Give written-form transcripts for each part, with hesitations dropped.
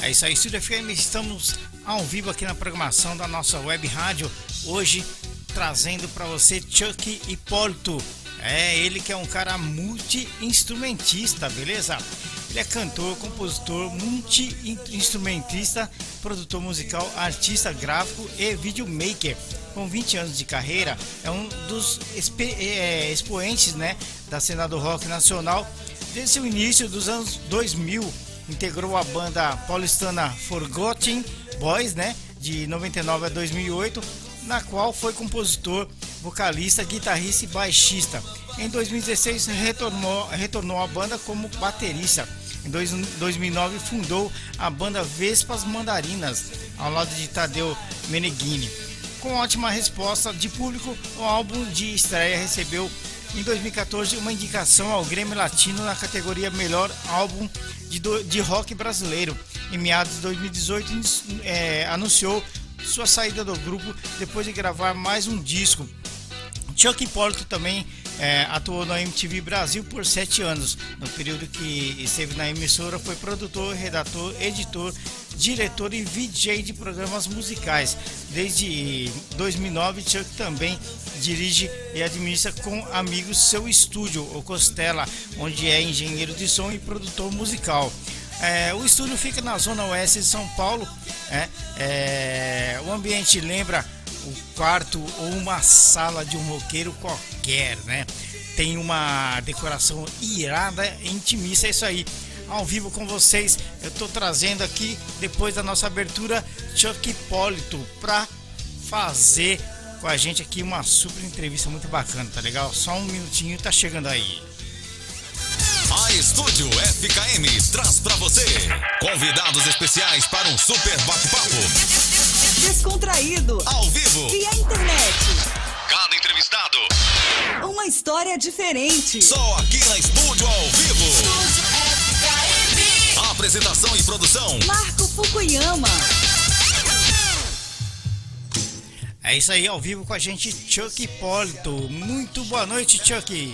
É isso aí, Estúdio FM, estamos ao vivo aqui na programação da nossa web rádio, hoje trazendo para você Chuck Hipólito. É ele que é um cara multi-instrumentista, beleza? Ele é cantor, compositor, multi-instrumentista, produtor musical, artista gráfico e videomaker. Com 20 anos de carreira, é um dos expoentes, né, da cena do rock nacional. Desde o início dos anos 2000, integrou a banda paulistana Forgotten Boys, né, de 99 a 2008, na qual foi compositor, vocalista, guitarrista e baixista. Em 2016 retornou à banda como baterista. Em 2009 fundou a banda Vespas Mandarinas, ao lado de Tadeu Meneghini. Com ótima resposta de público, o álbum de estreia recebeu em 2014 uma indicação ao Grammy Latino na categoria Melhor Álbum de Rock Brasileiro. Em meados de 2018 anunciou sua saída do grupo depois de gravar mais um disco. Chuck Hipólito também atuou na MTV Brasil por 7 anos. No período que esteve na emissora, foi produtor, redator, editor, diretor e VJ de programas musicais. Desde 2009, Chuck também dirige e administra com amigos seu estúdio, o Costela, onde é engenheiro de som e produtor musical. O estúdio fica na zona oeste de São Paulo. O ambiente lembra o quarto ou uma sala de um roqueiro qualquer, né? Tem uma decoração irada e intimista, é isso aí. Ao vivo com vocês, eu tô trazendo aqui, depois da nossa abertura, Chuck Hipólito para fazer com a gente aqui uma super entrevista muito bacana, tá legal? Só um minutinho, tá chegando aí. A Estúdio FKM traz pra você convidados especiais para um super bate-papo. Descontraído. Ao vivo. Via internet. Cada entrevistado. Uma história diferente. Só aqui na Estúdio ao vivo. Estúdio FKM. Apresentação e produção. Marco Fukuyama. É isso aí, ao vivo com a gente, Chuck Hipólito. Muito boa noite, Chuck.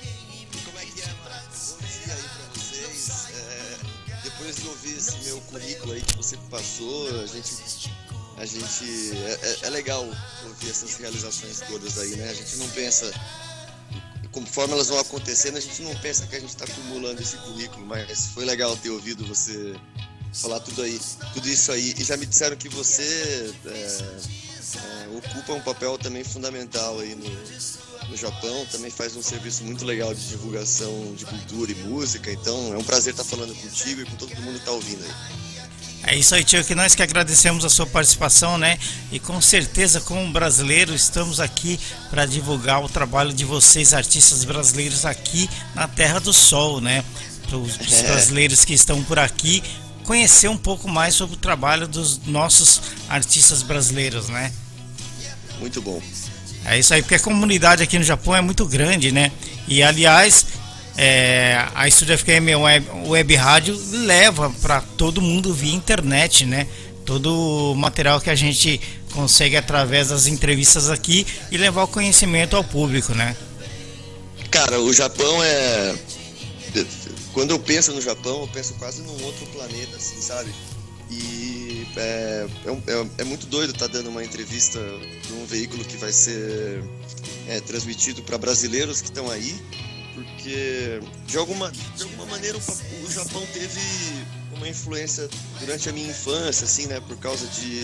Depois de ouvir esse meu currículo aí que você passou, a gente é legal ouvir essas realizações todas aí, né? A gente não pensa, conforme elas vão acontecendo, a gente não pensa que a gente está acumulando esse currículo, mas foi legal ter ouvido você falar tudo isso aí. E já me disseram que você ocupa um papel também fundamental aí no Japão, também faz um serviço muito legal de divulgação de cultura e música, então é um prazer estar falando contigo e com todo mundo que está ouvindo aí. É isso aí, Chuck, nós que agradecemos a sua participação, né? E com certeza, como brasileiro, estamos aqui para divulgar o trabalho de vocês, artistas brasileiros, aqui na Terra do Sol, né? Para os brasileiros que estão por aqui, conhecer um pouco mais sobre o trabalho dos nossos artistas brasileiros, né? Muito bom. É isso aí, porque a comunidade aqui no Japão é muito grande, né? E aliás, a Estúdio FM Web Rádio leva para todo mundo via internet, né? Todo o material que a gente consegue através das entrevistas aqui e levar o conhecimento ao público, né? Cara, o Japão quando eu penso no Japão, eu penso quase num outro planeta, assim, sabe? E é muito doido estar dando uma entrevista num veículo que vai ser transmitido para brasileiros que estão aí, porque de alguma maneira o Japão teve uma influência durante a minha infância, assim, né, por causa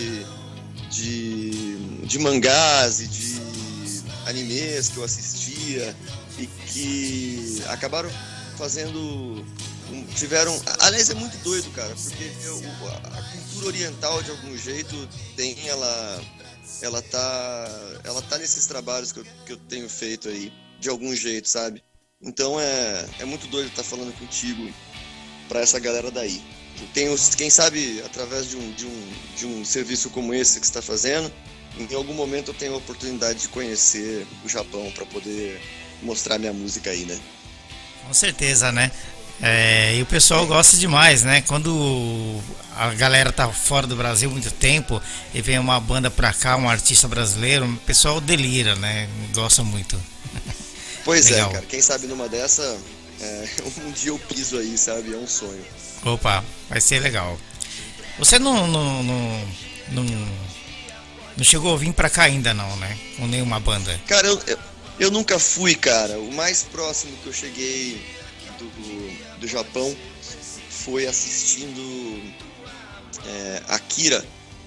de mangás e de animes que eu assistia e que acabaram fazendo... Aliás, é muito doido, cara, porque a cultura oriental, de algum jeito, ela tá nesses trabalhos que eu tenho feito aí, de algum jeito, sabe? Então é muito doido estar falando contigo pra essa galera daí. Quem sabe, através de um serviço como esse que você está fazendo, em algum momento eu tenho a oportunidade de conhecer o Japão para poder mostrar minha música aí, né? Com certeza, né? E o pessoal gosta demais, né? Quando a galera tá fora do Brasil há muito tempo e vem uma banda pra cá, um artista brasileiro, o pessoal delira, né? Gosta muito. Pois Legal. Cara, quem sabe numa dessa, um dia eu piso aí, sabe? É um sonho. Opa, vai ser legal. Você não, não chegou a vir pra cá ainda não, né? Com nenhuma banda. Cara, eu nunca fui, cara. O mais próximo que eu cheguei do Japão foi assistindo Akira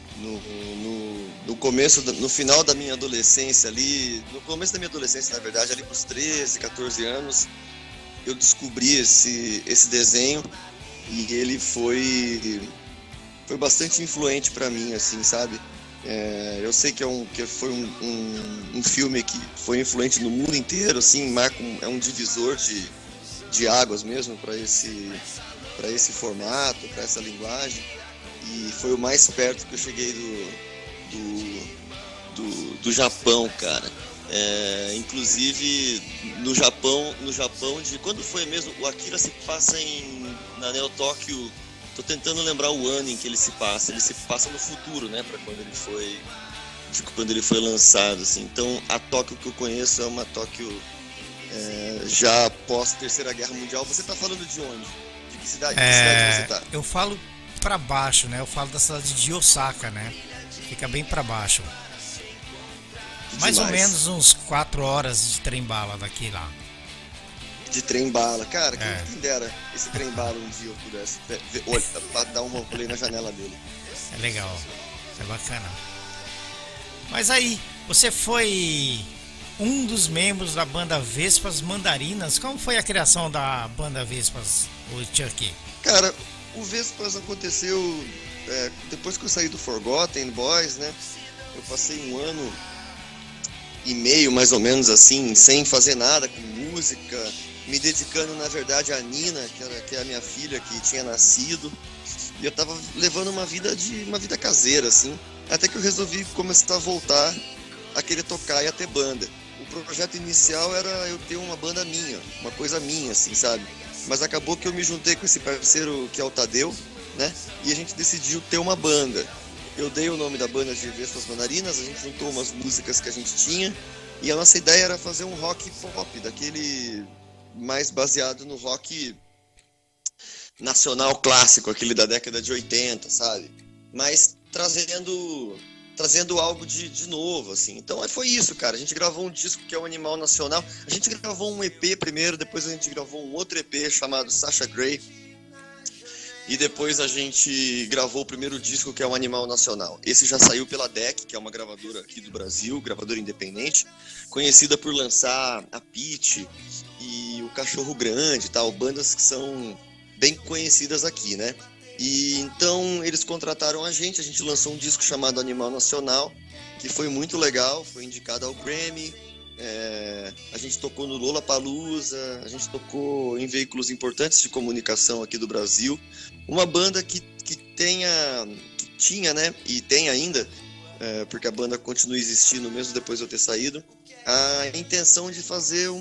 no começo, no final da minha adolescência ali, no começo da minha adolescência, na verdade, ali pros 13, 14 anos, eu descobri esse desenho e ele foi bastante influente pra mim, assim, sabe? Eu sei que foi um filme que foi influente no mundo inteiro, assim, é um divisor de águas mesmo para esse formato, para essa linguagem, e foi o mais perto que eu cheguei do Japão, cara. Inclusive no Japão quando foi mesmo, o Akira se passa na Neo Tóquio. Tô tentando lembrar o ano em que ele se passa no futuro, né, para quando ele foi lançado, assim. Então a Tóquio que eu conheço é uma Tóquio já após Terceira Guerra Mundial. Você tá falando de onde? De que cidade você tá? Eu falo pra baixo, né? Eu falo da cidade de Osaka, né? Fica bem pra baixo. Mais ou menos uns 4 horas de trem-bala daqui lá. De trem-bala. Cara, quem dera esse trem-bala um dia eu pudesse pra dar um rolê na janela dele. É legal, é bacana. Mas aí, você foi um dos membros da banda Vespas Mandarinas. Como foi a criação da banda Vespas, o Chuck? Cara, o Vespas aconteceu depois que eu saí do Forgotten Boys, né? Eu passei 1 ano e meio, mais ou menos assim, sem fazer nada com música, me dedicando, na verdade, à Nina, que é a minha filha, que tinha nascido. E eu tava levando uma vida caseira, assim, até que eu resolvi começar a voltar a querer tocar e a ter banda. O projeto inicial era eu ter uma banda minha, uma coisa minha, assim, sabe? Mas acabou que eu me juntei com esse parceiro que é o Tadeu, né? E a gente decidiu ter uma banda. Eu dei o nome da banda de Vespas Mandarinas, a gente juntou umas músicas que a gente tinha, e a nossa ideia era fazer um rock pop, daquele mais baseado no rock nacional clássico, aquele da década de 80, sabe? Mas trazendo algo de novo, assim. Então foi isso, cara. A gente gravou um disco que é o Animal Nacional. A gente gravou um EP primeiro, depois a gente gravou um outro EP chamado Sasha Grey. E depois a gente gravou o primeiro disco, que é o Animal Nacional. Esse já saiu pela DEC, que é uma gravadora aqui do Brasil, gravadora independente, conhecida por lançar a Pitty e o Cachorro Grande e tal, bandas que são bem conhecidas aqui, né? E então eles contrataram a gente lançou um disco chamado Animal Nacional, que foi muito legal, foi indicado ao Grammy. A gente tocou no Lollapalooza, a gente tocou em veículos importantes de comunicação aqui do Brasil. Uma banda que tinha, né, e tem ainda, porque a banda continua existindo mesmo depois de eu ter saído, a intenção de fazer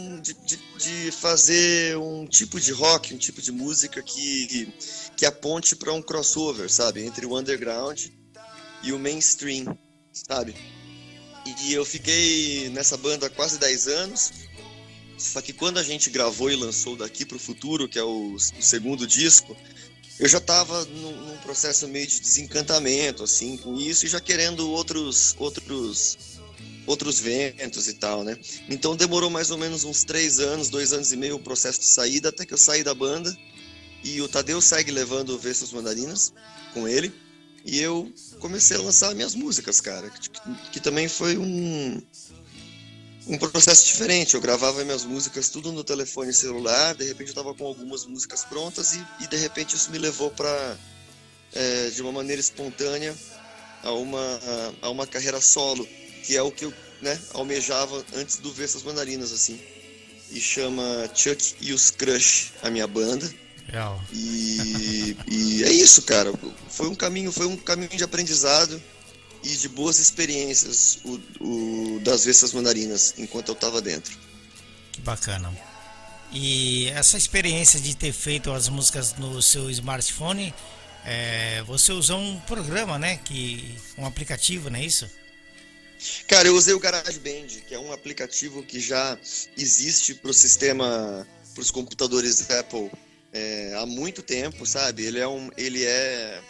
um tipo de rock, um tipo de música que aponte para um crossover, sabe, entre o underground e o mainstream, sabe? E eu fiquei nessa banda há quase 10 anos, só que quando a gente gravou e lançou Daqui Pro Futuro, que é o segundo disco, eu já estava num processo meio de desencantamento, assim, com isso, e já querendo outros ventos e tal, né? Então demorou mais ou menos uns 3 anos, 2 anos e meio o processo de saída, até que eu saí da banda, e o Tadeu segue levando o Vespas Mandarinas com ele, e eu comecei a lançar minhas músicas, cara, que também foi um processo diferente. Eu gravava minhas músicas tudo no telefone celular, de repente eu tava com algumas músicas prontas e de repente isso me levou para de uma maneira espontânea a uma carreira solo, que é o que eu, né, almejava antes do Vespas Mandarinas, assim. E chama Chuck e os Crush, a minha banda. Legal. E é isso, cara. Foi um caminho de aprendizado e de boas experiências das Vespas Mandarinas enquanto eu estava dentro. Que bacana. E essa experiência de ter feito as músicas no seu smartphone, você usou um programa, né? Um aplicativo, não é isso? Cara, eu usei o GarageBand, que é um aplicativo que já existe para os computadores Apple há muito tempo, sabe? Ele é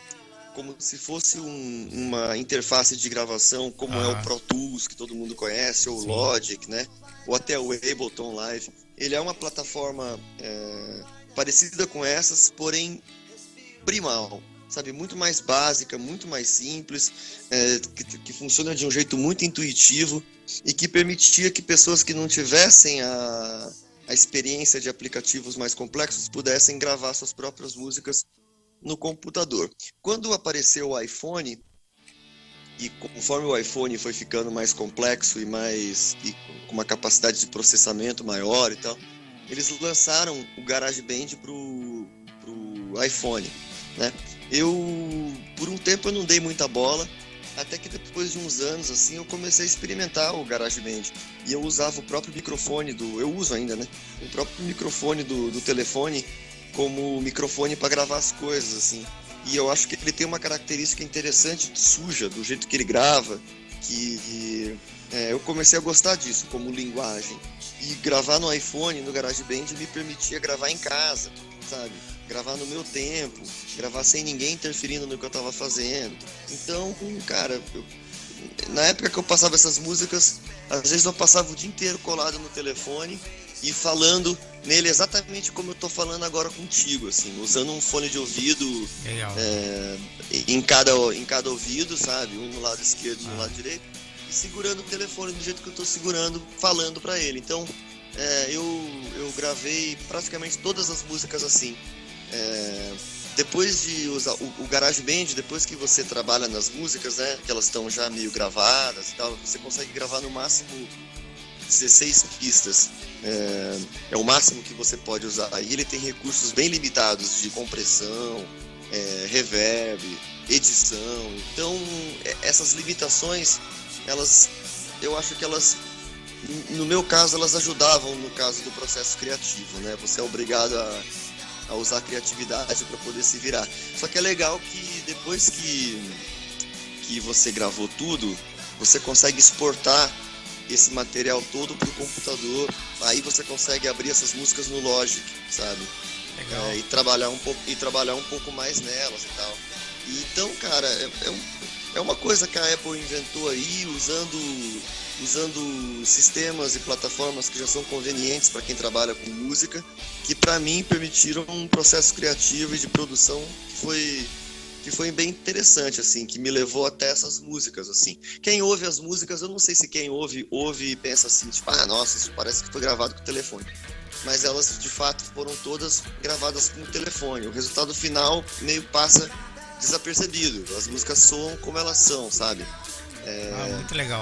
como se fosse uma interface de gravação, como é o Pro Tools, que todo mundo conhece, ou o Logic, né? Ou até o Ableton Live. Ele é uma plataforma parecida com essas, porém primal, sabe? Muito mais básica, muito mais simples, que funciona de um jeito muito intuitivo e que permitia que pessoas que não tivessem a experiência de aplicativos mais complexos pudessem gravar suas próprias músicas no computador. Quando apareceu o iPhone, e conforme o iPhone foi ficando mais complexo e com uma capacidade de processamento maior e tal, eles lançaram o GarageBand pro iPhone, né? Por um tempo eu não dei muita bola, até que depois de uns anos assim eu comecei a experimentar o GarageBand e eu usava o próprio microfone eu uso ainda, né? O próprio microfone do telefone como microfone para gravar as coisas, assim. E eu acho que ele tem uma característica interessante, suja, do jeito que ele grava, eu comecei a gostar disso como linguagem. E gravar no iPhone, no GarageBand, me permitia gravar em casa, sabe? Gravar no meu tempo, gravar sem ninguém interferindo no que eu estava fazendo. Então, cara, na época que eu passava essas músicas, às vezes eu passava o dia inteiro colado no telefone e falando nele exatamente como eu tô falando agora contigo, assim, usando um fone de ouvido em cada ouvido, sabe? Um no lado esquerdo e no lado direito, e segurando o telefone do jeito que eu tô segurando, falando pra ele. Então, eu gravei praticamente todas as músicas assim. Depois de usar o GarageBand, depois que você trabalha nas músicas, né, que elas estão já meio gravadas e tal, você consegue gravar no máximo 16 pistas. É o máximo que você pode usar. Aí ele tem recursos bem limitados de compressão, reverb, edição. Então, essas limitações, eu acho que elas, no meu caso, elas ajudavam no caso do processo criativo, né? Você é obrigado a usar a criatividade para poder se virar. Só que é legal que depois que você gravou tudo, você consegue exportar esse material todo pro computador. Aí você consegue abrir essas músicas no Logic, sabe? Legal. E trabalhar um pouco mais nelas e tal. E então, cara, é uma coisa que a Apple inventou aí, usando sistemas e plataformas que já são convenientes para quem trabalha com música, que para mim permitiram um processo criativo e de produção que foi bem interessante, assim, que me levou até essas músicas, assim. Quem ouve as músicas, eu não sei se quem ouve e pensa assim, tipo, nossa, isso parece que foi gravado com o telefone. Mas elas, de fato, foram todas gravadas com o telefone. O resultado final meio passa desapercebido. As músicas soam como elas são, sabe? Muito legal.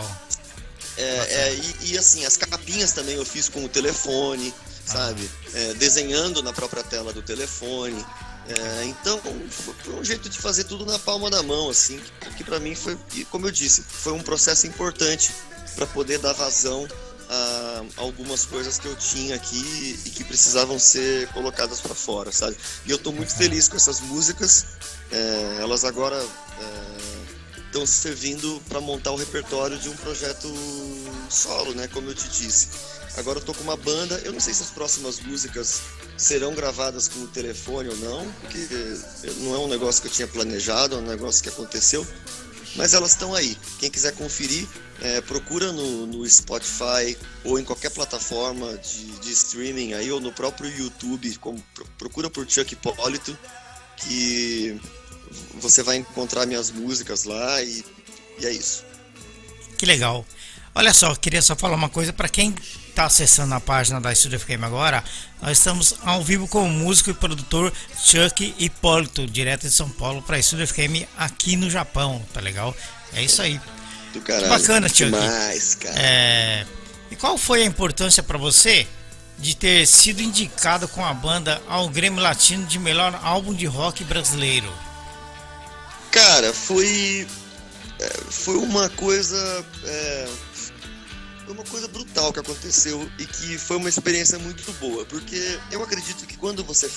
E assim, as capinhas também eu fiz com o telefone, sabe? Desenhando na própria tela do telefone. Então, foi um jeito de fazer tudo na palma da mão, assim, que pra mim foi, como eu disse, foi um processo importante para poder dar vazão a algumas coisas que eu tinha aqui e que precisavam ser colocadas para fora, sabe? E eu tô muito feliz com essas músicas. Elas agora estão servindo para montar o repertório de um projeto solo, né? Como eu te disse. Agora eu tô com uma banda, eu não sei se as próximas músicas serão gravadas com o telefone ou não, porque não é um negócio que eu tinha planejado, é um negócio que aconteceu, mas elas estão aí. Quem quiser conferir, procura no Spotify ou em qualquer plataforma de streaming aí, ou no próprio YouTube, procura por Chuck Hipólito, que você vai encontrar minhas músicas lá e é isso. Que legal. Olha só, queria só falar uma coisa para quem está acessando a página da Estúdio FKM agora. Nós estamos ao vivo com o músico e produtor Chuck Hipólito, direto de São Paulo para a Estúdio FKM aqui no Japão, tá legal? É isso aí. Do caralho, que bacana, Chuck. Demais, cara. E qual foi a importância para você de ter sido indicado com a banda ao Grammy Latino de melhor álbum de rock brasileiro? Cara, foi uma coisa brutal que aconteceu e que foi uma experiência muito boa, porque eu acredito que quando você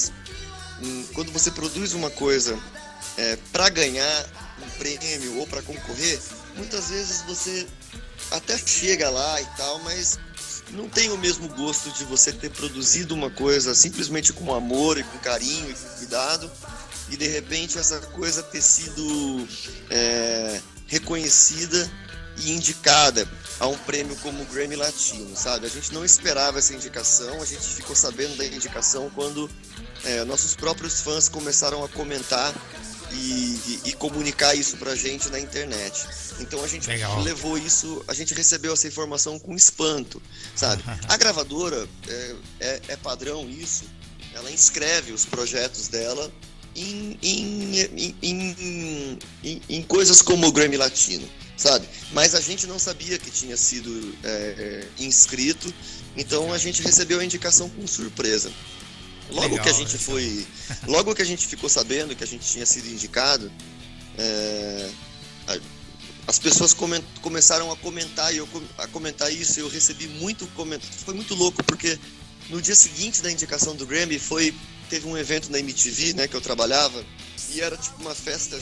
produz uma coisa para ganhar um prêmio ou para concorrer, muitas vezes você até chega lá e tal, mas não tem o mesmo gosto de você ter produzido uma coisa simplesmente com amor e com carinho e com cuidado e de repente essa coisa ter sido reconhecida e indicada a um prêmio como o Grammy Latino, sabe? A gente não esperava essa indicação, a gente ficou sabendo da indicação quando nossos próprios fãs começaram a comentar e comunicar isso pra gente na internet. Então a gente levou isso, a gente recebeu essa informação com espanto, sabe? A gravadora, é padrão isso, ela inscreve os projetos dela em coisas como o Grammy Latino, sabe? Mas a gente não sabia que tinha sido inscrito, então a gente recebeu a indicação com surpresa. Logo que a gente ficou sabendo que a gente tinha sido indicado, as pessoas começaram a comentar isso, e eu recebi muito comentário. Foi muito louco, porque no dia seguinte da indicação do Grammy teve um evento na MTV, né, que eu trabalhava, e era tipo uma festa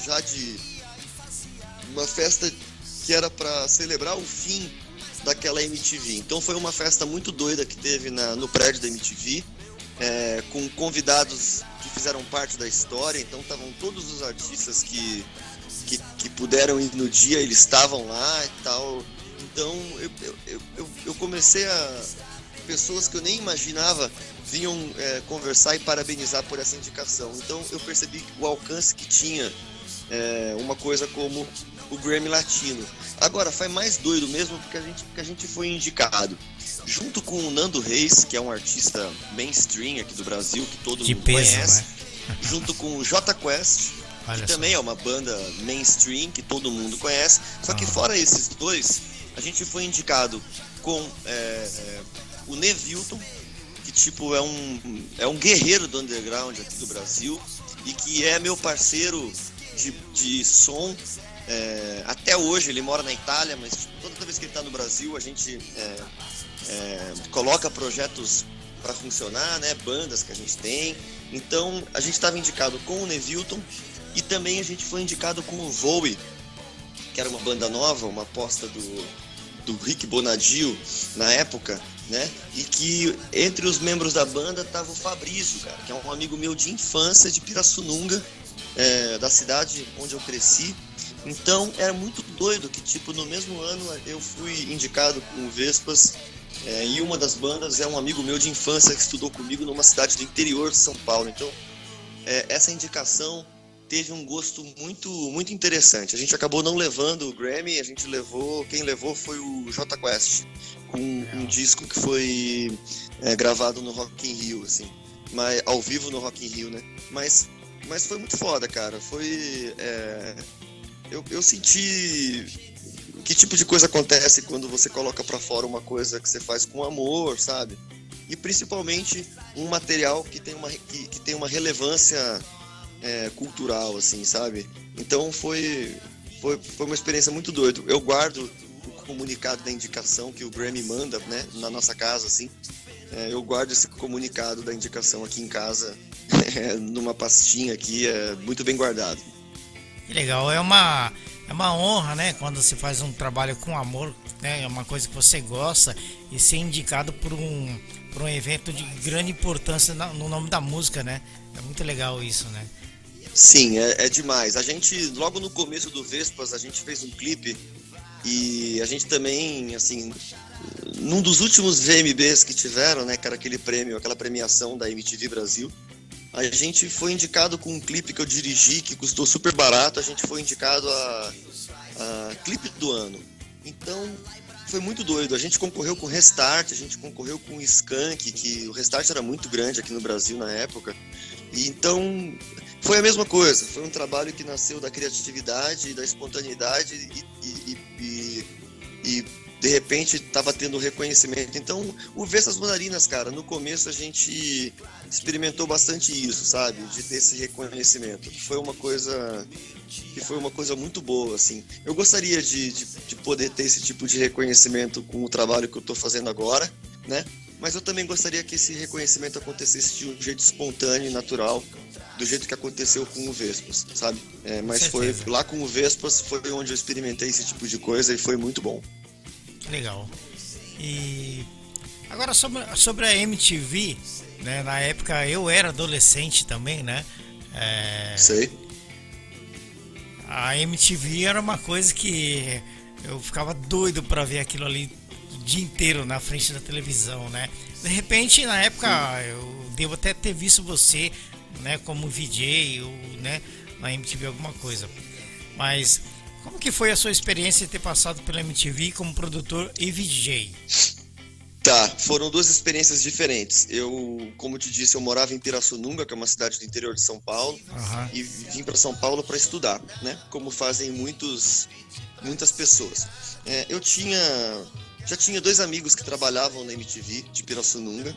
que era para celebrar o fim daquela MTV. Então foi uma festa muito doida que teve no prédio da MTV, com convidados que fizeram parte da história. Então estavam todos os artistas que puderam ir no dia, eles estavam lá e tal. Então eu comecei pessoas que eu nem imaginava vinham conversar e parabenizar por essa indicação. Então eu percebi o alcance que tinha uma coisa como o Grammy Latino. Agora, foi mais doido mesmo porque a gente foi indicado junto com o Nando Reis, que é um artista mainstream aqui do Brasil, que todo mundo conhece, né? Junto com o Jota Quest, que também é uma banda mainstream que todo mundo conhece. Só que fora esses dois, a gente foi indicado com o Nevilton, que tipo é um guerreiro do underground aqui do Brasil e que é meu parceiro de som. Até hoje ele mora na Itália, mas toda vez que ele está no Brasil a gente coloca projetos para funcionar, né? Bandas que a gente tem. Então a gente estava indicado com o Nevilton e também a gente foi indicado com o Voe, que era uma banda nova, uma aposta do Rick Bonadio na época, né? E que entre os membros da banda tava o Fabrício, cara, que é um amigo meu de infância, de Pirassununga, da cidade onde eu cresci. Então era muito doido que tipo no mesmo ano eu fui indicado com o Vespas, e uma das bandas é um amigo meu de infância que estudou comigo numa cidade do interior de São Paulo. Então essa indicação teve um gosto muito, muito interessante. A gente acabou não levando o Grammy, quem levou foi o Jota Quest, com um disco que foi gravado no Rock in Rio, assim, mas, ao vivo no Rock in Rio, né? Mas foi muito foda, cara. Eu senti que tipo de coisa acontece quando você coloca pra fora uma coisa que você faz com amor, sabe? E principalmente um material que tem uma relevância cultural, assim, sabe? Então foi uma experiência muito doida. Eu guardo o comunicado da indicação que o Grammy manda, né, na nossa casa, assim. Eu guardo esse comunicado da indicação aqui em casa, numa pastinha aqui, muito bem guardado. Que legal, é uma honra, né, quando se faz um trabalho com amor, né, é uma coisa que você gosta, e ser indicado por um evento de grande importância no nome da música, né? É muito legal isso, né? Sim, é demais. A gente, logo no começo do Vespas, a gente fez um clipe e a gente também, assim, num dos últimos VMBs que tiveram, né, cara, aquela premiação da MTV Brasil, a gente foi indicado com um clipe que eu dirigi, que custou super barato. A gente foi indicado a clipe do ano. Então, foi muito doido. A gente concorreu com o Restart, a gente concorreu com o Skank, que o Restart era muito grande aqui no Brasil na época. E então, foi a mesma coisa. Foi um trabalho que nasceu da criatividade, da espontaneidade e de repente estava tendo reconhecimento. Então, o Vestas Manarinas, cara, no começo a gente experimentou bastante isso, sabe? De ter esse reconhecimento. Que foi uma coisa muito boa, assim. Eu gostaria de poder ter esse tipo de reconhecimento com o trabalho que eu estou fazendo agora, né? Mas eu também gostaria que esse reconhecimento acontecesse de um jeito espontâneo e natural, do jeito que aconteceu com o Vespas, sabe? Mas foi lá com o Vespas, foi onde eu experimentei esse tipo de coisa e foi muito bom. Legal. E agora sobre a MTV, né? Na época eu era adolescente também, né? Sei. A MTV era uma coisa que eu ficava doido pra ver aquilo ali o dia inteiro na frente da televisão, né? De repente, na época, eu devo até ter visto você, né, como VJ ou, né, na MTV alguma coisa. Mas como que foi a sua experiência de ter passado pela MTV como produtor e VJ? Tá, foram duas experiências diferentes. Eu, como eu te disse, eu morava em Pirassununga, que é uma cidade do interior de São Paulo, e vim para São Paulo para estudar, né? Como fazem muitas pessoas. Eu já tinha dois amigos que trabalhavam na MTV de Pirassununga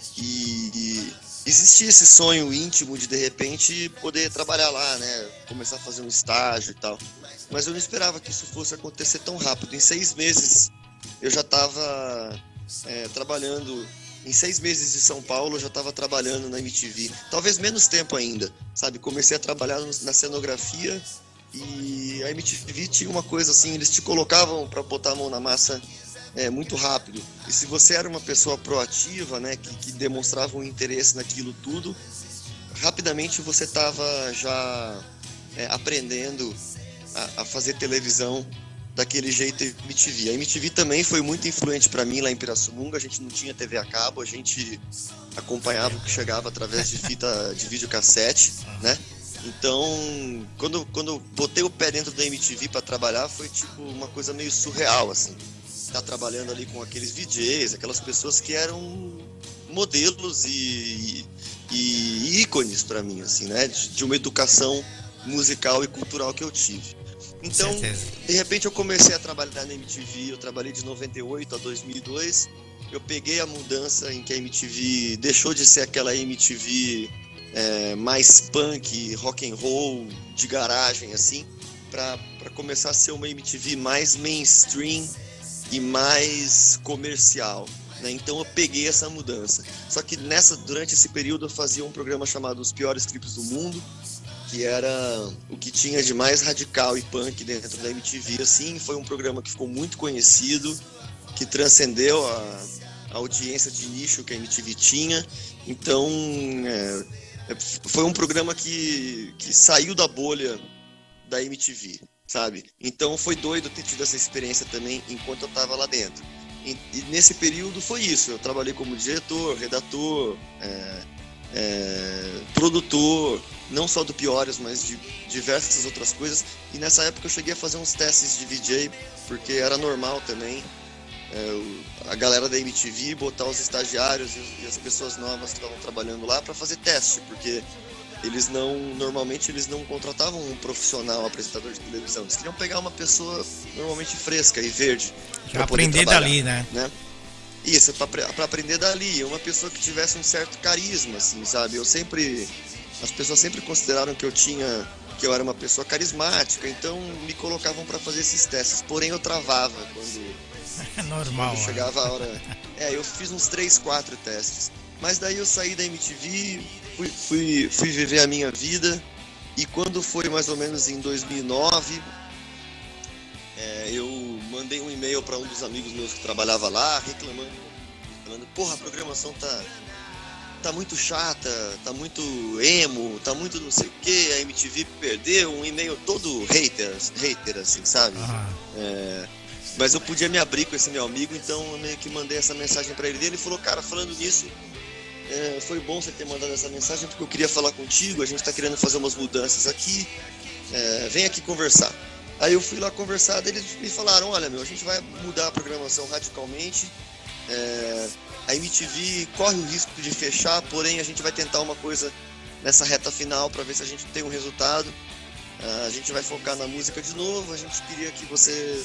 e existia esse sonho íntimo de repente poder trabalhar lá, né? Começar a fazer um estágio e tal. Mas eu não esperava que isso fosse acontecer tão rápido. Em 6 meses eu já estava trabalhando. Em 6 meses de São Paulo eu já estava trabalhando na MTV. Talvez menos tempo ainda, sabe? Comecei a trabalhar na cenografia e a MTV tinha uma coisa assim, eles te colocavam para botar a mão na massa muito rápido. E se você era uma pessoa proativa, né, que demonstrava um interesse naquilo tudo, rapidamente você estava já aprendendo a fazer televisão daquele jeito MTV. A MTV também foi muito influente para mim lá em Pirassununga. A gente não tinha TV a cabo, a gente acompanhava o que chegava através de fita de videocassete, né? Então, quando eu botei o pé dentro da MTV para trabalhar, foi tipo uma coisa meio surreal, assim. Tá trabalhando ali com aqueles VJs, aquelas pessoas que eram modelos e ícones para mim, assim, né? De uma educação musical e cultural que eu tive. Então, de repente eu comecei a trabalhar na MTV, eu trabalhei de 98 a 2002, eu peguei a mudança em que a MTV deixou de ser aquela MTV mais punk, rock and roll, de garagem, assim, para começar a ser uma MTV mais mainstream e mais comercial, né? Então eu peguei essa mudança. Só que durante esse período eu fazia um programa chamado Os Piores Clipes do Mundo, que era o que tinha de mais radical e punk dentro da MTV, assim. Foi um programa que ficou muito conhecido, que transcendeu a audiência de nicho que a MTV tinha. Então, foi um programa que saiu da bolha da MTV, sabe? Então, foi doido ter tido essa experiência também enquanto eu estava lá dentro. E nesse período foi isso. Eu trabalhei como diretor, redator, produtor, não só do Piores, mas de diversas outras coisas. E nessa época eu cheguei a fazer uns testes de VJ, porque era normal também a galera da MTV botar os estagiários e as pessoas novas que estavam trabalhando lá para fazer teste, porque normalmente eles não contratavam um profissional apresentador de televisão, eles queriam pegar uma pessoa normalmente fresca e verde para aprender dali, né? Isso, para aprender dali, uma pessoa que tivesse um certo carisma, assim, sabe? As pessoas sempre consideraram que eu era uma pessoa carismática, então me colocavam para fazer esses testes, porém eu travava normal, quando chegava a hora. Eu fiz uns 3, 4 testes, mas daí eu saí da MTV, fui viver a minha vida, e quando foi mais ou menos em 2009, eu mandei um e-mail para um dos amigos meus que trabalhava lá, reclamando, porra, a programação tá muito chata, tá muito emo, tá muito não sei o que, a MTV perdeu, um e-mail todo hater assim, sabe? Mas eu podia me abrir com esse meu amigo, então eu meio que mandei essa mensagem para ele. Ele falou, cara, falando nisso, foi bom você ter mandado essa mensagem, porque eu queria falar contigo, a gente tá querendo fazer umas mudanças aqui, vem aqui conversar. Aí eu fui lá conversar, eles me falaram, olha, a gente vai mudar a programação radicalmente, a MTV corre o risco de fechar, porém a gente vai tentar uma coisa nessa reta final para ver se a gente tem um resultado. A gente vai focar na música de novo, a gente queria que você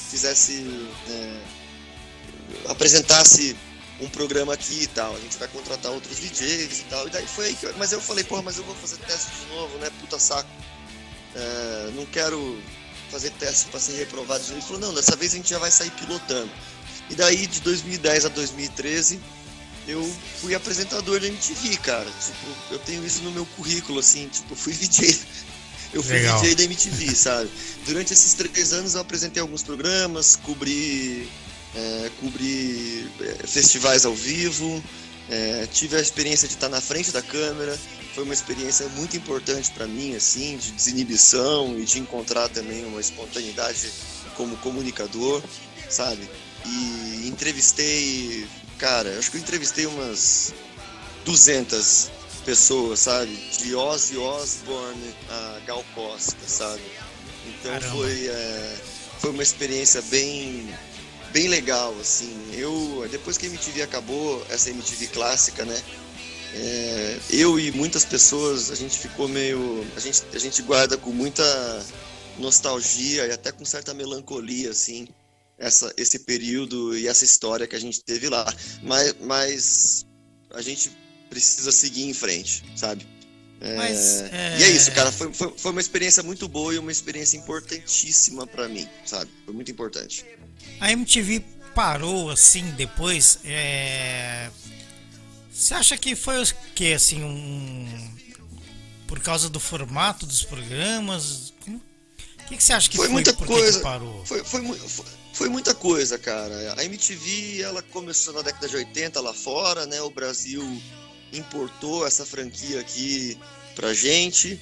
apresentasse um programa aqui e tal, a gente vai contratar outros DJs e tal, e daí foi aí que mas eu falei, porra, mas eu vou fazer teste de novo, né, puta saco, não quero fazer teste para ser reprovado. Ele falou, não, dessa vez a gente já vai sair pilotando. E daí de 2010 a 2013 eu fui apresentador da MTV, cara, tipo, eu tenho isso no meu currículo, assim, tipo, eu fui VJ da MTV, sabe? Durante esses 3 anos eu apresentei alguns programas, cobri festivais ao vivo, Tive a experiência de estar na frente da câmera, foi uma experiência muito importante para mim, assim, de desinibição e de encontrar também uma espontaneidade como comunicador, sabe? E entrevistei, cara, acho que eu entrevistei umas 200 pessoas, sabe? De Ozzy Osbourne a Gal Costa, sabe? Então foi uma experiência bem legal, assim. Depois que a MTV acabou, essa MTV clássica, né? Eu e muitas pessoas, a gente ficou meio... A gente guarda com muita nostalgia e até com certa melancolia, assim, esse período e essa história que a gente teve lá. Mas a gente precisa seguir em frente, sabe? E é isso, cara. Foi uma experiência muito boa e uma experiência importantíssima pra mim, sabe? Foi muito importante. A MTV parou assim depois. Você acha que foi o que, assim, por causa do formato dos programas? O que você acha que foi muita coisa. Que parou? Foi muita coisa, cara. A MTV, ela começou na década de 80 lá fora, né? O Brasil importou essa franquia aqui pra gente.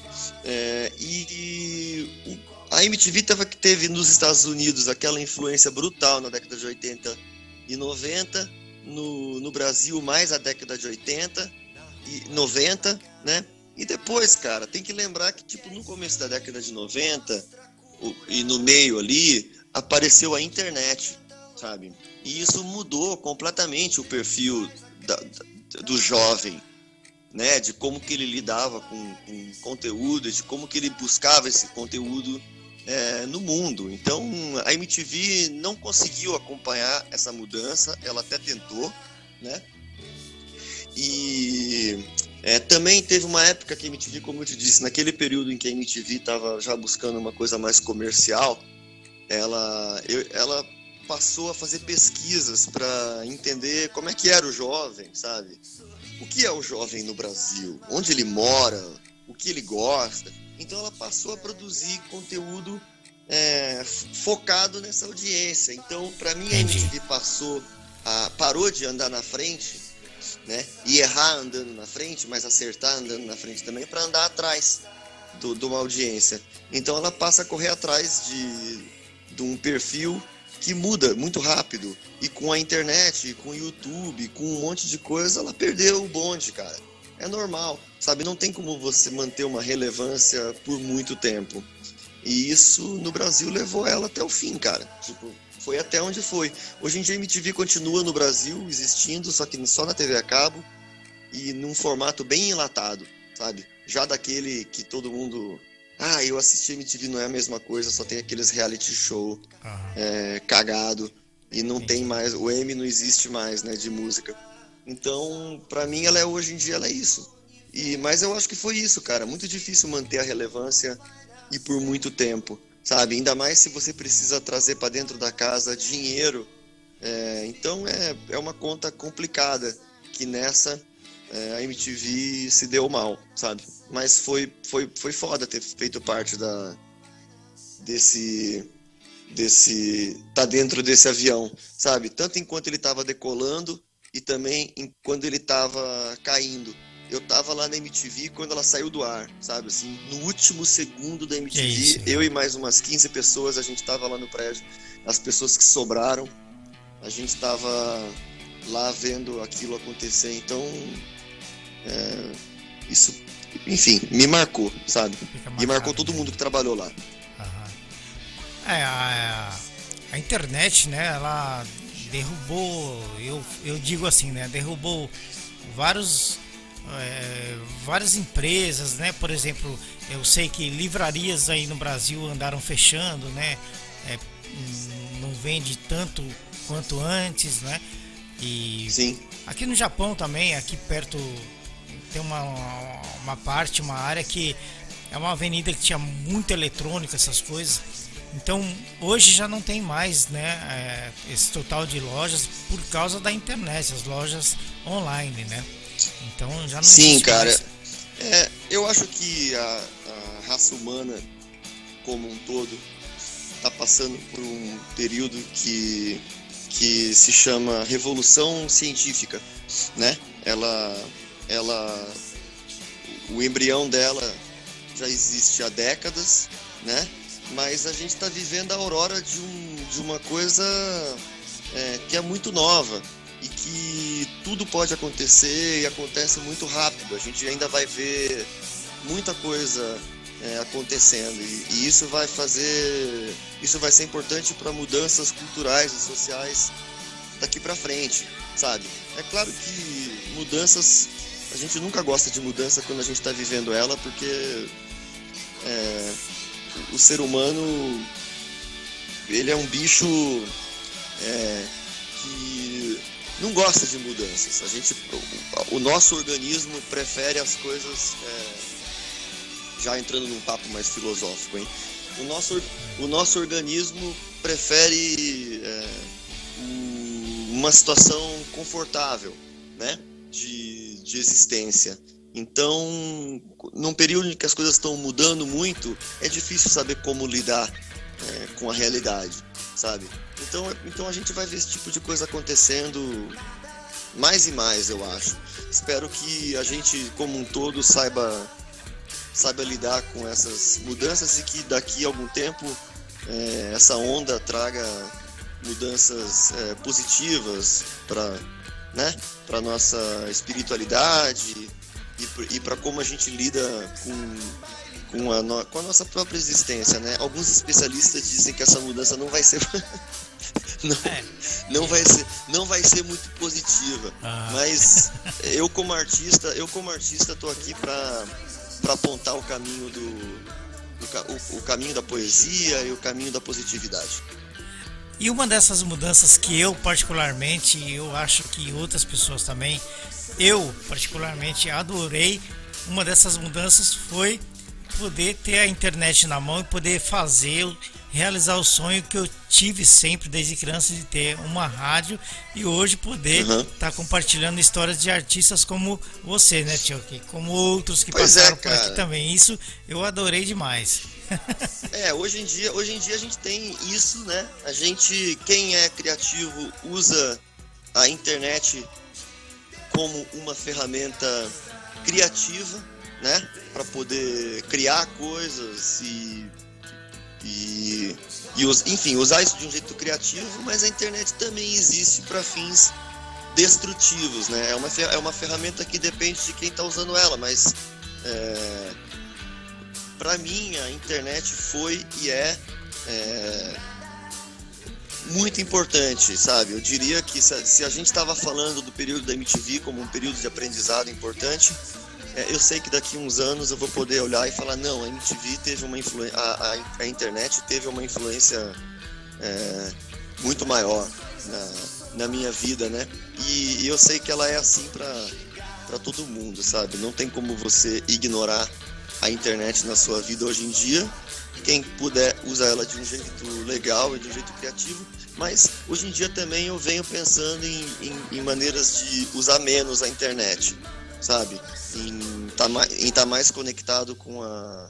A MTV teve nos Estados Unidos aquela influência brutal na década de 80 e 90. No Brasil, mais a década de 80 e 90, né? E depois, cara, tem que lembrar que, tipo, no começo da década de 90 e no meio ali, apareceu a internet, sabe? E isso mudou completamente o perfil do jovem, né? De como que ele lidava com conteúdo, de como que ele buscava esse conteúdo no mundo. Então a MTV não conseguiu acompanhar essa mudança, ela até tentou, né? E também teve uma época que a MTV, como eu te disse, naquele período em que a MTV estava já buscando uma coisa mais comercial, ela passou a fazer pesquisas para entender como é que era o jovem, sabe? O que é o jovem no Brasil? Onde ele mora? O que ele gosta? Então ela passou a produzir conteúdo focado nessa audiência. Então, para mim, a MTV parou de andar na frente, né? E errar andando na frente, mas acertar andando na frente também, para andar atrás de uma audiência. Então ela passa a correr atrás de um perfil que muda muito rápido. E com a internet, com o YouTube, com um monte de coisa, ela perdeu o bonde, cara. É normal, sabe? Não tem como você manter uma relevância por muito tempo. E isso, no Brasil, levou ela até o fim, cara. Tipo, foi até onde foi. Hoje em dia a MTV continua no Brasil, existindo, só que só na TV a cabo e num formato bem enlatado, sabe? Já daquele que todo mundo... eu assisti MTV, não é a mesma coisa, só tem aqueles reality show cagado e não tem mais... O M não existe mais, né, de música. Então, pra mim, hoje em dia ela é isso. Mas eu acho que foi isso, cara. Muito difícil manter a relevância e por muito tempo, sabe? Ainda mais se você precisa trazer pra dentro da casa dinheiro. Então, é uma conta complicada, que nessa a MTV se deu mal, sabe? Mas foi foda ter feito parte tá dentro desse avião, sabe? Tanto enquanto ele tava decolando, e também quando ele tava caindo. Eu tava lá na MTV quando ela saiu do ar, sabe? Assim, no último segundo da MTV, isso, eu e mais umas 15 pessoas, a gente tava lá no prédio. As pessoas que sobraram, a gente tava lá vendo aquilo acontecer. Então, isso, enfim, me marcou, sabe? E marcou todo mundo que trabalhou lá. A internet, né, ela derrubou, eu digo assim, né, derrubou várias empresas, né? Por exemplo, eu sei que livrarias aí no Brasil andaram fechando, né? Não vende tanto quanto antes, né? E sim. Aqui no Japão também, aqui perto tem uma área que é uma avenida que tinha muita eletrônica, essas coisas. Então hoje já não tem mais, né, esse total de lojas por causa da internet, as lojas online, né? Então já não Sim, cara. Mais. Eu acho que a raça humana como um todo está passando por um período que se chama revolução científica, né? ela, o embrião dela já existe há décadas, né? Mas a gente está vivendo a aurora de uma coisa que é muito nova e que tudo pode acontecer e acontece muito rápido. A gente ainda vai ver muita coisa acontecendo e isso vai ser importante para mudanças culturais e sociais daqui para frente, sabe? É claro que mudanças, a gente nunca gosta de mudança quando a gente está vivendo ela, porque o ser humano, ele é um bicho que não gosta de mudanças. O nosso organismo prefere as coisas, já entrando num papo mais filosófico, hein? O nosso organismo prefere uma situação confortável, né, de existência. Então, num período em que as coisas estão mudando muito, é difícil saber como lidar com a realidade, sabe? Então a gente vai ver esse tipo de coisa acontecendo mais e mais, eu acho. Espero que a gente, como um todo, saiba lidar com essas mudanças e que daqui a algum tempo essa onda traga mudanças positivas para nossa espiritualidade e para como a gente lida com a nossa própria existência, né? Alguns especialistas dizem que essa mudança não vai ser não vai ser muito positiva, mas eu como artista estou aqui para apontar o caminho o caminho da poesia e o caminho da positividade. E uma dessas mudanças que eu particularmente, eu acho que outras pessoas também, eu particularmente adorei, uma dessas mudanças foi poder ter a internet na mão e poder realizar o sonho que eu tive sempre desde criança, de ter uma rádio e hoje poder estar compartilhando histórias de artistas como você, né, Chuck? Como outros que passaram por aqui também. Isso eu adorei demais. Hoje em dia a gente tem isso, né? Quem é criativo usa a internet como uma ferramenta criativa, né? Para poder criar coisas enfim, usar isso de um jeito criativo, mas a internet também existe para fins destrutivos, né? É uma ferramenta que depende de quem está usando ela, mas para mim a internet foi e é muito importante, sabe? Eu diria que se a gente estava falando do período da MTV como um período de aprendizado importante, eu sei que daqui a uns anos eu vou poder olhar e falar, não, a MTV teve uma influência, a internet teve uma influência muito maior na minha vida, né? E eu sei que ela é assim para todo mundo, sabe? Não tem como você ignorar a internet na sua vida hoje em dia. Quem puder usar ela de um jeito legal e de um jeito criativo, mas hoje em dia também eu venho pensando em maneiras de usar menos a internet, sabe? Em estar mais conectado com a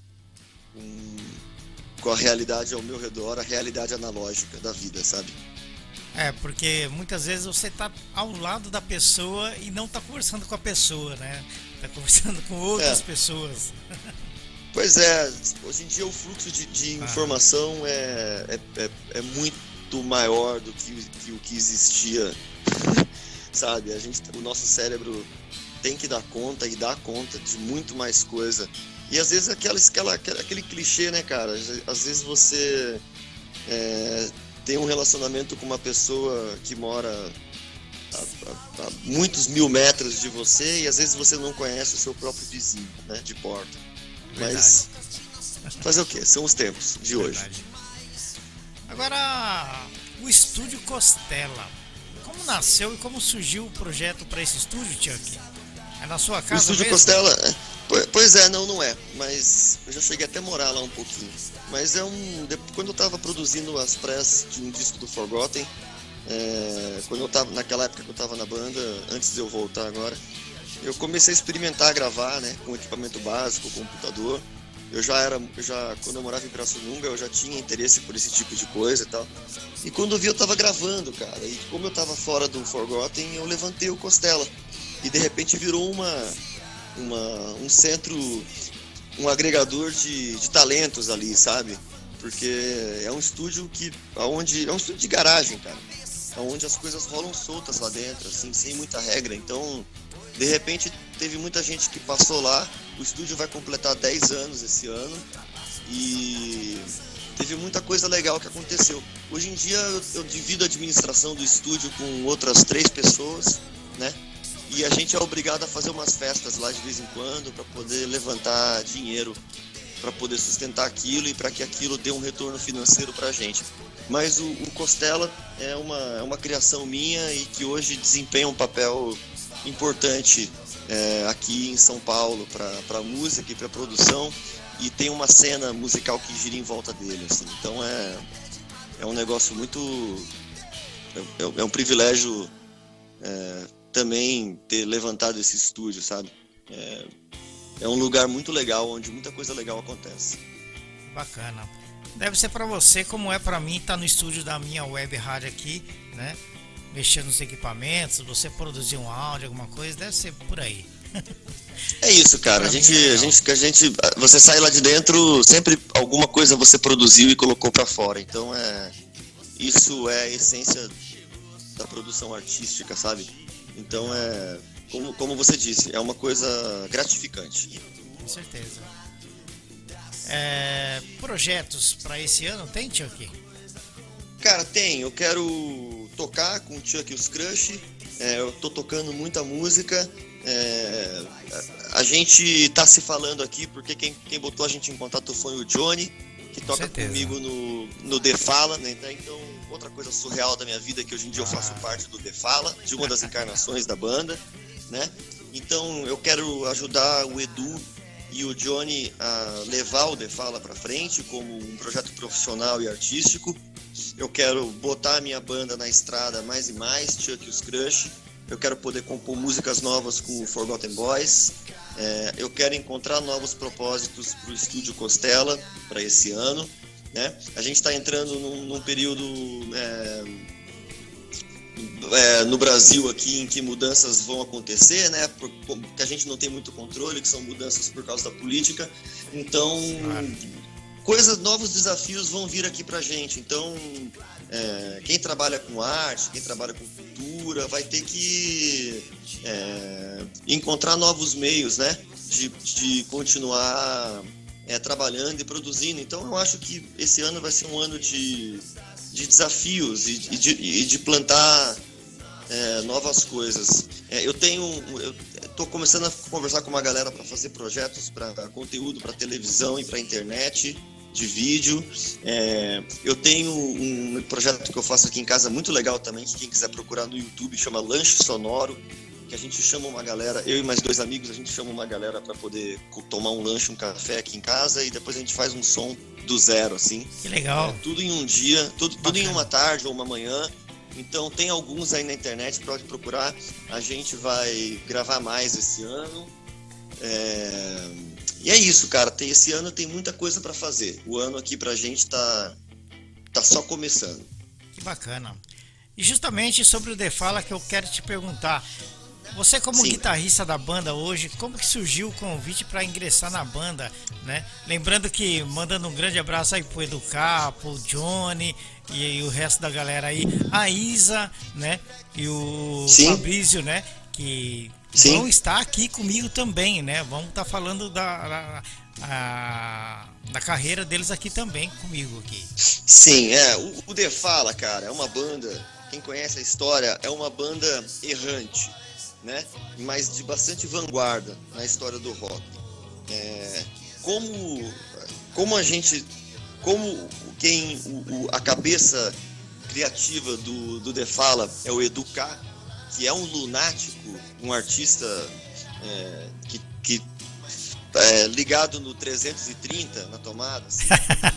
realidade ao meu redor, a realidade analógica da vida, sabe? Porque muitas vezes você tá ao lado da pessoa e não tá conversando com a pessoa, né? Tá conversando com outras pessoas. Pois é, hoje em dia o fluxo de informação é muito maior do que o que existia, sabe? O nosso cérebro tem que dar conta e dá conta de muito mais coisa. E às vezes aquele clichê, né, cara? Às vezes você tem um relacionamento com uma pessoa que mora a muitos mil metros de você e às vezes você não conhece o seu próprio vizinho, né, de porta. Mas fazer o quê? São os tempos de hoje. Agora, o Estúdio Costela. Como nasceu e como surgiu o projeto para esse estúdio, Chuck? É na sua casa o Estúdio mesmo? Costela, pois é, não é. Mas eu já cheguei até a morar lá um pouquinho. Mas quando eu estava produzindo as press de um disco do Forgotten, naquela época que eu estava na banda, antes de eu voltar agora, eu comecei a experimentar gravar, né, com equipamento básico, computador. Quando eu morava em Pirassununga, eu já tinha interesse por esse tipo de coisa e tal. E quando eu vi, eu tava gravando, cara. E como eu tava fora do Forgotten, eu levantei o Costela. e de repente virou um centro, um agregador de talentos ali, sabe? Porque é um estúdio é um estúdio de garagem, cara, onde as coisas rolam soltas lá dentro, assim, sem muita regra. Então, de repente, teve muita gente que passou lá. O estúdio vai completar 10 anos esse ano e teve muita coisa legal que aconteceu. Hoje em dia eu divido a administração do estúdio com outras 3 pessoas, né? E a gente é obrigado a fazer umas festas lá de vez em quando para poder levantar dinheiro, para poder sustentar aquilo e para que aquilo dê um retorno financeiro para a gente. Mas o Costela é uma criação minha e que hoje desempenha um papel importante aqui em São Paulo para música e para produção, e tem uma cena musical que gira em volta dele, assim. Então é um negócio muito... É um privilégio também ter levantado esse estúdio, sabe? É um lugar muito legal, onde muita coisa legal acontece. Bacana. Deve ser para você como é para mim estar no estúdio da minha web rádio aqui, né? Mexendo nos equipamentos, você produzir um áudio, alguma coisa, deve ser por aí. É isso, cara. Você sai lá de dentro, sempre alguma coisa você produziu e colocou para fora. Então isso é a essência da produção artística, sabe? Então como você disse, é uma coisa gratificante. Com certeza. Projetos para esse ano tem, Chuck? Cara, tem. Eu quero tocar com o Chuck e os Crush. Eu tô tocando muita música. A gente tá se falando aqui porque quem botou a gente em contato foi o Johnny, que toca comigo no The Fala, né? Então, outra coisa surreal da minha vida é que hoje em dia eu faço parte do The Fala, de uma das encarnações da banda, né? Então eu quero ajudar o Edu e o Johnny a levar o The Fala pra frente como um projeto profissional e artístico. Eu quero botar a minha banda na estrada mais e mais, Chuck e os Crush. Eu quero poder compor músicas novas com o Forgotten Boys. Eu quero encontrar novos propósitos para o Estúdio Costela para esse ano, né? A gente está entrando num período no Brasil aqui em que mudanças vão acontecer, né? Que a gente não tem muito controle, que são mudanças por causa da política. Então, novos desafios vão vir aqui pra gente. Então, quem trabalha com arte, quem trabalha com cultura, vai ter que encontrar novos meios, né? De continuar trabalhando e produzindo. Então, eu acho que esse ano vai ser um ano de desafios e de plantar novas coisas. Eu estou começando a conversar com uma galera para fazer projetos para conteúdo para televisão e para internet, de vídeo. Eu tenho um projeto que eu faço aqui em casa muito legal também, que quem quiser procurar no YouTube chama Lanche Sonoro, que a gente chama uma galera, eu e mais 2 amigos, a gente chama uma galera para poder tomar um lanche, um café aqui em casa, e depois a gente faz um som do zero, assim. Que legal. Tudo em um dia, tudo em uma tarde ou uma manhã. Então tem alguns aí na internet, pode procurar. A gente vai gravar mais esse ano. E é isso, cara. Esse ano tem muita coisa para fazer. O ano aqui pra gente tá só começando. Que bacana. E justamente sobre o The Fala que eu quero te perguntar. Você como guitarrista da banda hoje, como que surgiu o convite para ingressar na banda, né? Lembrando que, mandando um grande abraço aí pro Educar, pro Johnny e o resto da galera aí, a Isa, né? E o Fabrício, né? Que vão estar aqui comigo também, né? Vamos estar falando da carreira deles aqui também, comigo aqui. Sim, o The Fala, cara, é uma banda, quem conhece a história, é uma banda errante, né? Mas de bastante vanguarda na história do rock. A cabeça criativa do The Fala é o Educar, que é um lunático, um artista que ligado no 330 na tomada, assim.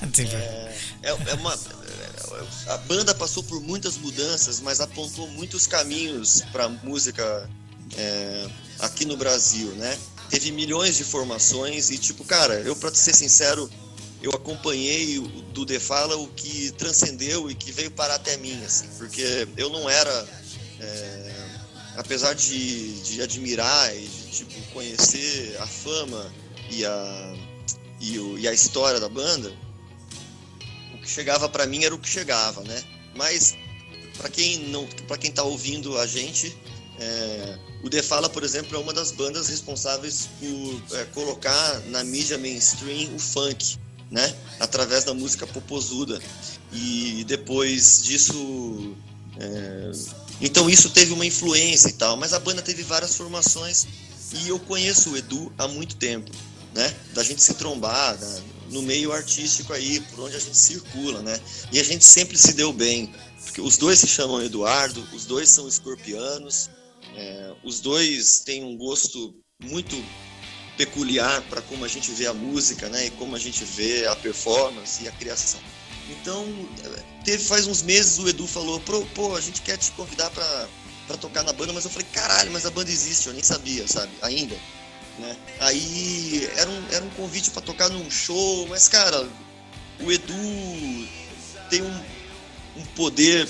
A banda passou por muitas mudanças, mas apontou muitos caminhos para a música aqui no Brasil, né? Teve milhões de formações e, tipo, cara, eu, pra ser sincero, eu acompanhei do The Fala o que transcendeu e que veio parar até mim, assim, porque eu não era apesar de admirar e de tipo, conhecer a fama e a história da banda, o que chegava pra mim era o que chegava, né? Mas para quem tá ouvindo a gente, o The Fala, por exemplo, é uma das bandas responsáveis por colocar na mídia mainstream o funk, né? Através da música popozuda. E depois disso, então isso teve uma influência e tal, mas a banda teve várias formações e eu conheço o Edu há muito tempo, né? Da gente se trombar no meio artístico aí, por onde a gente circula, né? E a gente sempre se deu bem, porque os dois se chamam Eduardo, os dois são escorpianos, os dois têm um gosto muito peculiar para como a gente vê a música, né? E como a gente vê a performance e a criação. Então, faz uns meses o Edu falou, pô, a gente quer te convidar pra tocar na banda, mas eu falei, caralho, mas a banda existe, eu nem sabia, sabe, ainda, né? Aí era um convite pra tocar num show, mas, cara, o Edu tem um poder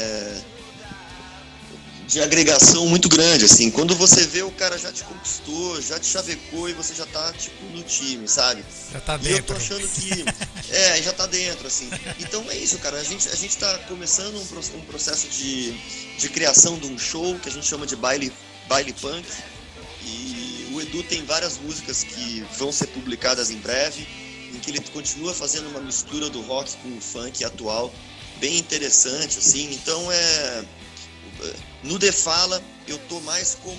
de agregação muito grande, assim, quando você vê o cara já te conquistou, já te chavecou e você já tá, tipo, no time, sabe? Já tá dentro. E eu tô achando que, já tá dentro, assim. Então é isso, cara, a gente tá começando um processo de criação de um show que a gente chama de baile punk, e o Edu tem várias músicas que vão ser publicadas em breve, em que ele continua fazendo uma mistura do rock com o funk atual, bem interessante, assim, então no The Fala, eu tô mais como...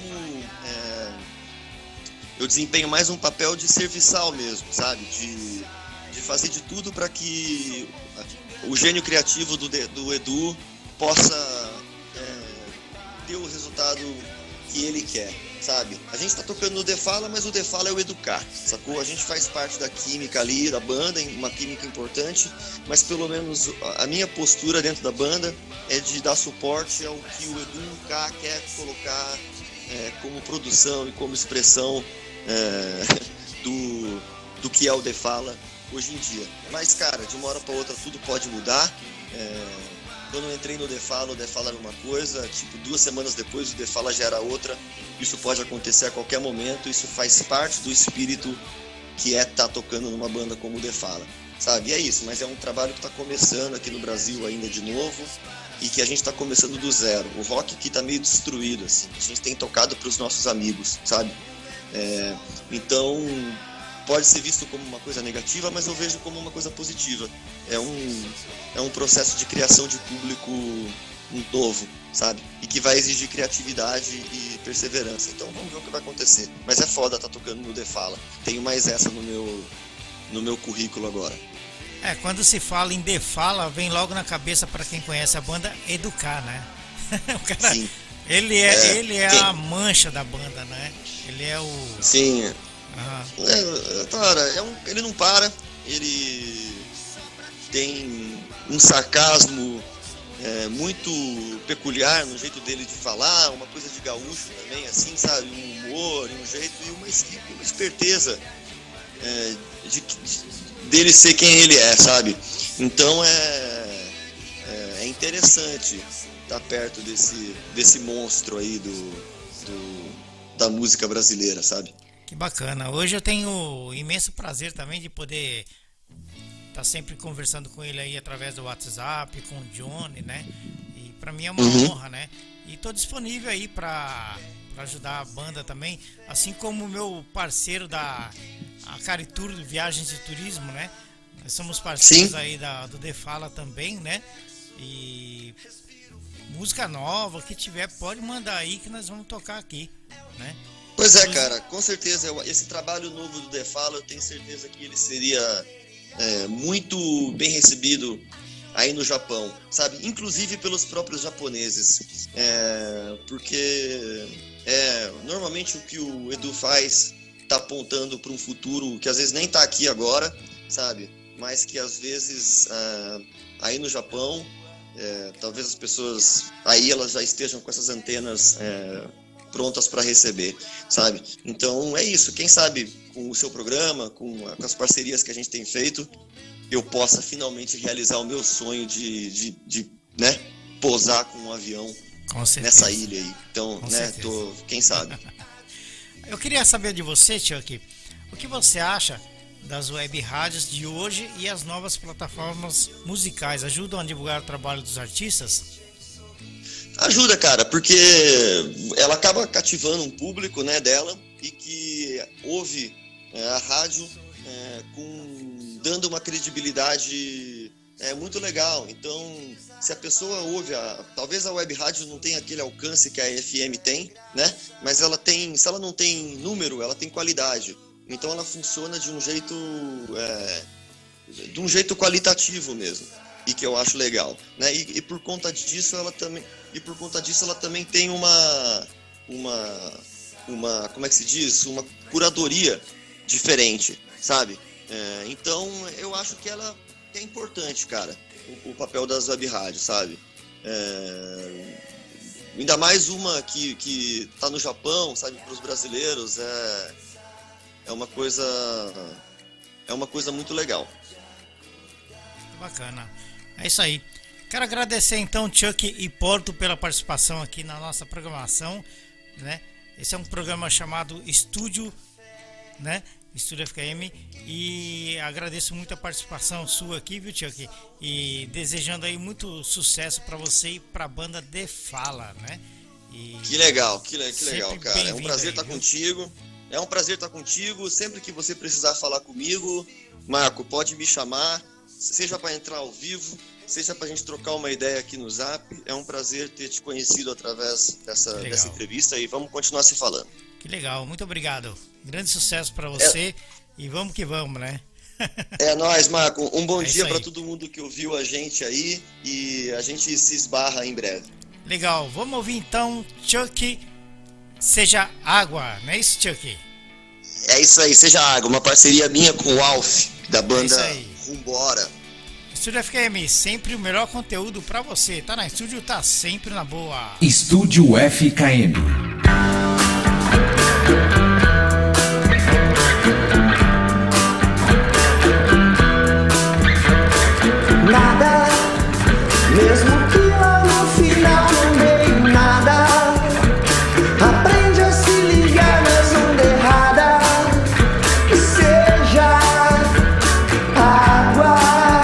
eu desempenho mais um papel de serviçal mesmo, sabe? De fazer de tudo para que o gênio criativo do Edu possa ter o resultado que ele quer, sabe? A gente tá tocando no The Fala, mas o The Fala é o Educar, sacou? A gente faz parte da química ali, da banda, uma química importante, mas pelo menos a minha postura dentro da banda é de dar suporte ao que o Educar quer colocar como produção e como expressão do que é o The Fala hoje em dia. Mas, cara, de uma hora para outra tudo pode mudar. Quando eu entrei no The Fala, o The Fala era uma coisa, tipo, 2 semanas depois o The Fala já era outra. Isso pode acontecer a qualquer momento, isso faz parte do espírito que tá tocando numa banda como o The Fala, sabe? E é isso, mas é um trabalho que tá começando aqui no Brasil ainda de novo e que a gente tá começando do zero. O rock aqui tá meio destruído, assim, a gente tem tocado pros nossos amigos, sabe? Então, pode ser visto como uma coisa negativa, mas eu vejo como uma coisa positiva. É um processo de criação de público novo, sabe? E que vai exigir criatividade e perseverança. Então vamos ver o que vai acontecer. Mas é foda tá tocando no The Fala. Tenho mais essa no meu currículo agora. Quando se fala em The Fala, vem logo na cabeça, para quem conhece a banda, Educar, né? O cara, sim. Ele é a mancha da banda, né? Ele é o... Sim. Cara, ele não para, ele tem um sarcasmo muito peculiar no jeito dele de falar, uma coisa de gaúcho também, assim, sabe? Um humor, um jeito e uma esperteza dele ser quem ele é, sabe? Então é interessante estar perto desse monstro aí da música brasileira, sabe? Que bacana. Hoje eu tenho o imenso prazer também de poder estar sempre conversando com ele aí através do WhatsApp, com o Johnny, né? E para mim é uma honra, né? E tô disponível aí para ajudar a banda também, assim como o meu parceiro da Caritur Viagens e Turismo, né? Nós somos parceiros Sim. aí do The Fala também, né? E música nova que tiver, pode mandar aí que nós vamos tocar aqui, né? Pois é, cara, com certeza, esse trabalho novo do The Fala, eu tenho certeza que ele seria muito bem recebido aí no Japão, sabe? Inclusive pelos próprios japoneses, porque normalmente o que o Edu faz tá apontando para um futuro que às vezes nem tá aqui agora, sabe? Mas que às vezes aí no Japão, talvez as pessoas aí elas já estejam com essas antenas prontas para receber, sabe? Então é isso, quem sabe com o seu programa, com as parcerias que a gente tem feito, eu possa finalmente realizar o meu sonho de né, pousar com um avião Com certeza. nessa ilha aí. Então, Com né, certeza. quem sabe. Eu queria saber de você, Chuck, o que você acha das web rádios de hoje e as novas plataformas musicais ajudam a divulgar o trabalho dos artistas? Ajuda, cara, porque ela acaba cativando um público, né, dela, e que ouve a rádio dando uma credibilidade muito legal. Então, se a pessoa ouve, talvez a web rádio não tenha aquele alcance que a FM tem, né, mas ela tem, se ela não tem número, ela tem qualidade. Então ela funciona de um jeito qualitativo mesmo, e que eu acho legal, né? E por conta disso ela também tem uma como é que se diz, uma curadoria diferente, sabe? Então eu acho que ela é importante, cara, o papel das web rádios, sabe? Ainda mais uma que tá no Japão, sabe, para os brasileiros, é uma coisa muito legal. Bacana. É isso aí. Quero agradecer então Chuck Hipólito pela participação aqui na nossa programação, né? Esse é um programa chamado Estúdio, né? Estúdio FKM, e agradeço muito a participação sua aqui, viu, Chuck? E desejando aí muito sucesso para você e para a banda De Fala, né? Que legal, que legal, cara. É um prazer aí, estar contigo. É um prazer estar contigo. Sempre que você precisar falar comigo, Marco, pode me chamar, seja para entrar ao vivo, seja para a gente trocar uma ideia aqui no Zap. É um prazer ter te conhecido através dessa entrevista, e vamos continuar se falando. Que legal, muito obrigado. Grande sucesso para você e vamos que vamos, né? É nóis, Marco. Um bom dia para todo mundo que ouviu a gente aí, e a gente se esbarra em breve. Legal, vamos ouvir então Chuck, Seja Água, não é isso, Chuck? É isso aí, Seja Água, uma parceria minha com o Alf, da banda Rumbora. Estúdio FKM, sempre o melhor conteúdo pra você. Tá na estúdio, tá sempre na boa. Estúdio FKM. Nada, mesmo que lá no final não dê nada. Aprende a se ligar nas ondas erradas. E seja água.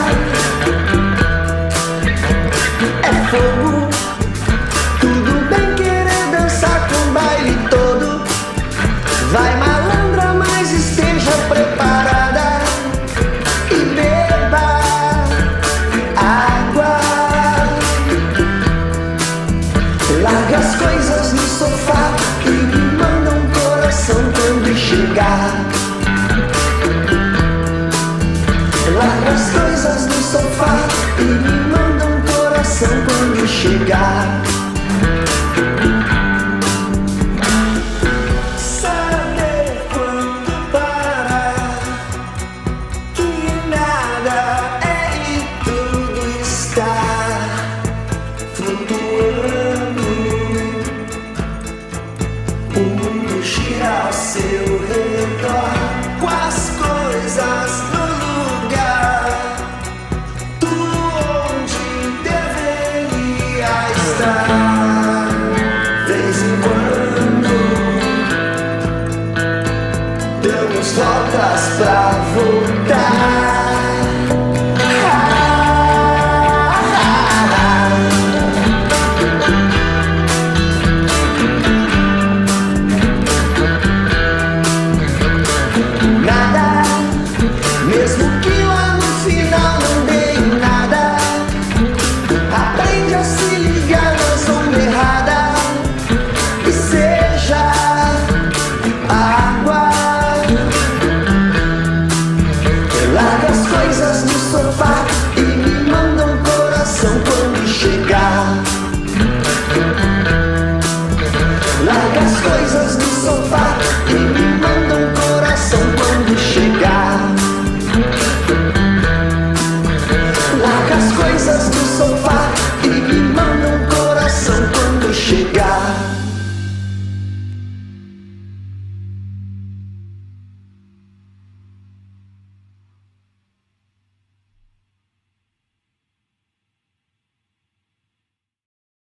É fogo. Tudo bem querer dançar com o baile todo. Vai malandra, mas esteja preparada. E beba água. Larga as coisas no sofá e me manda um coração quando chegar. Larga as coisas no sofá e me manda um coração quando chegar.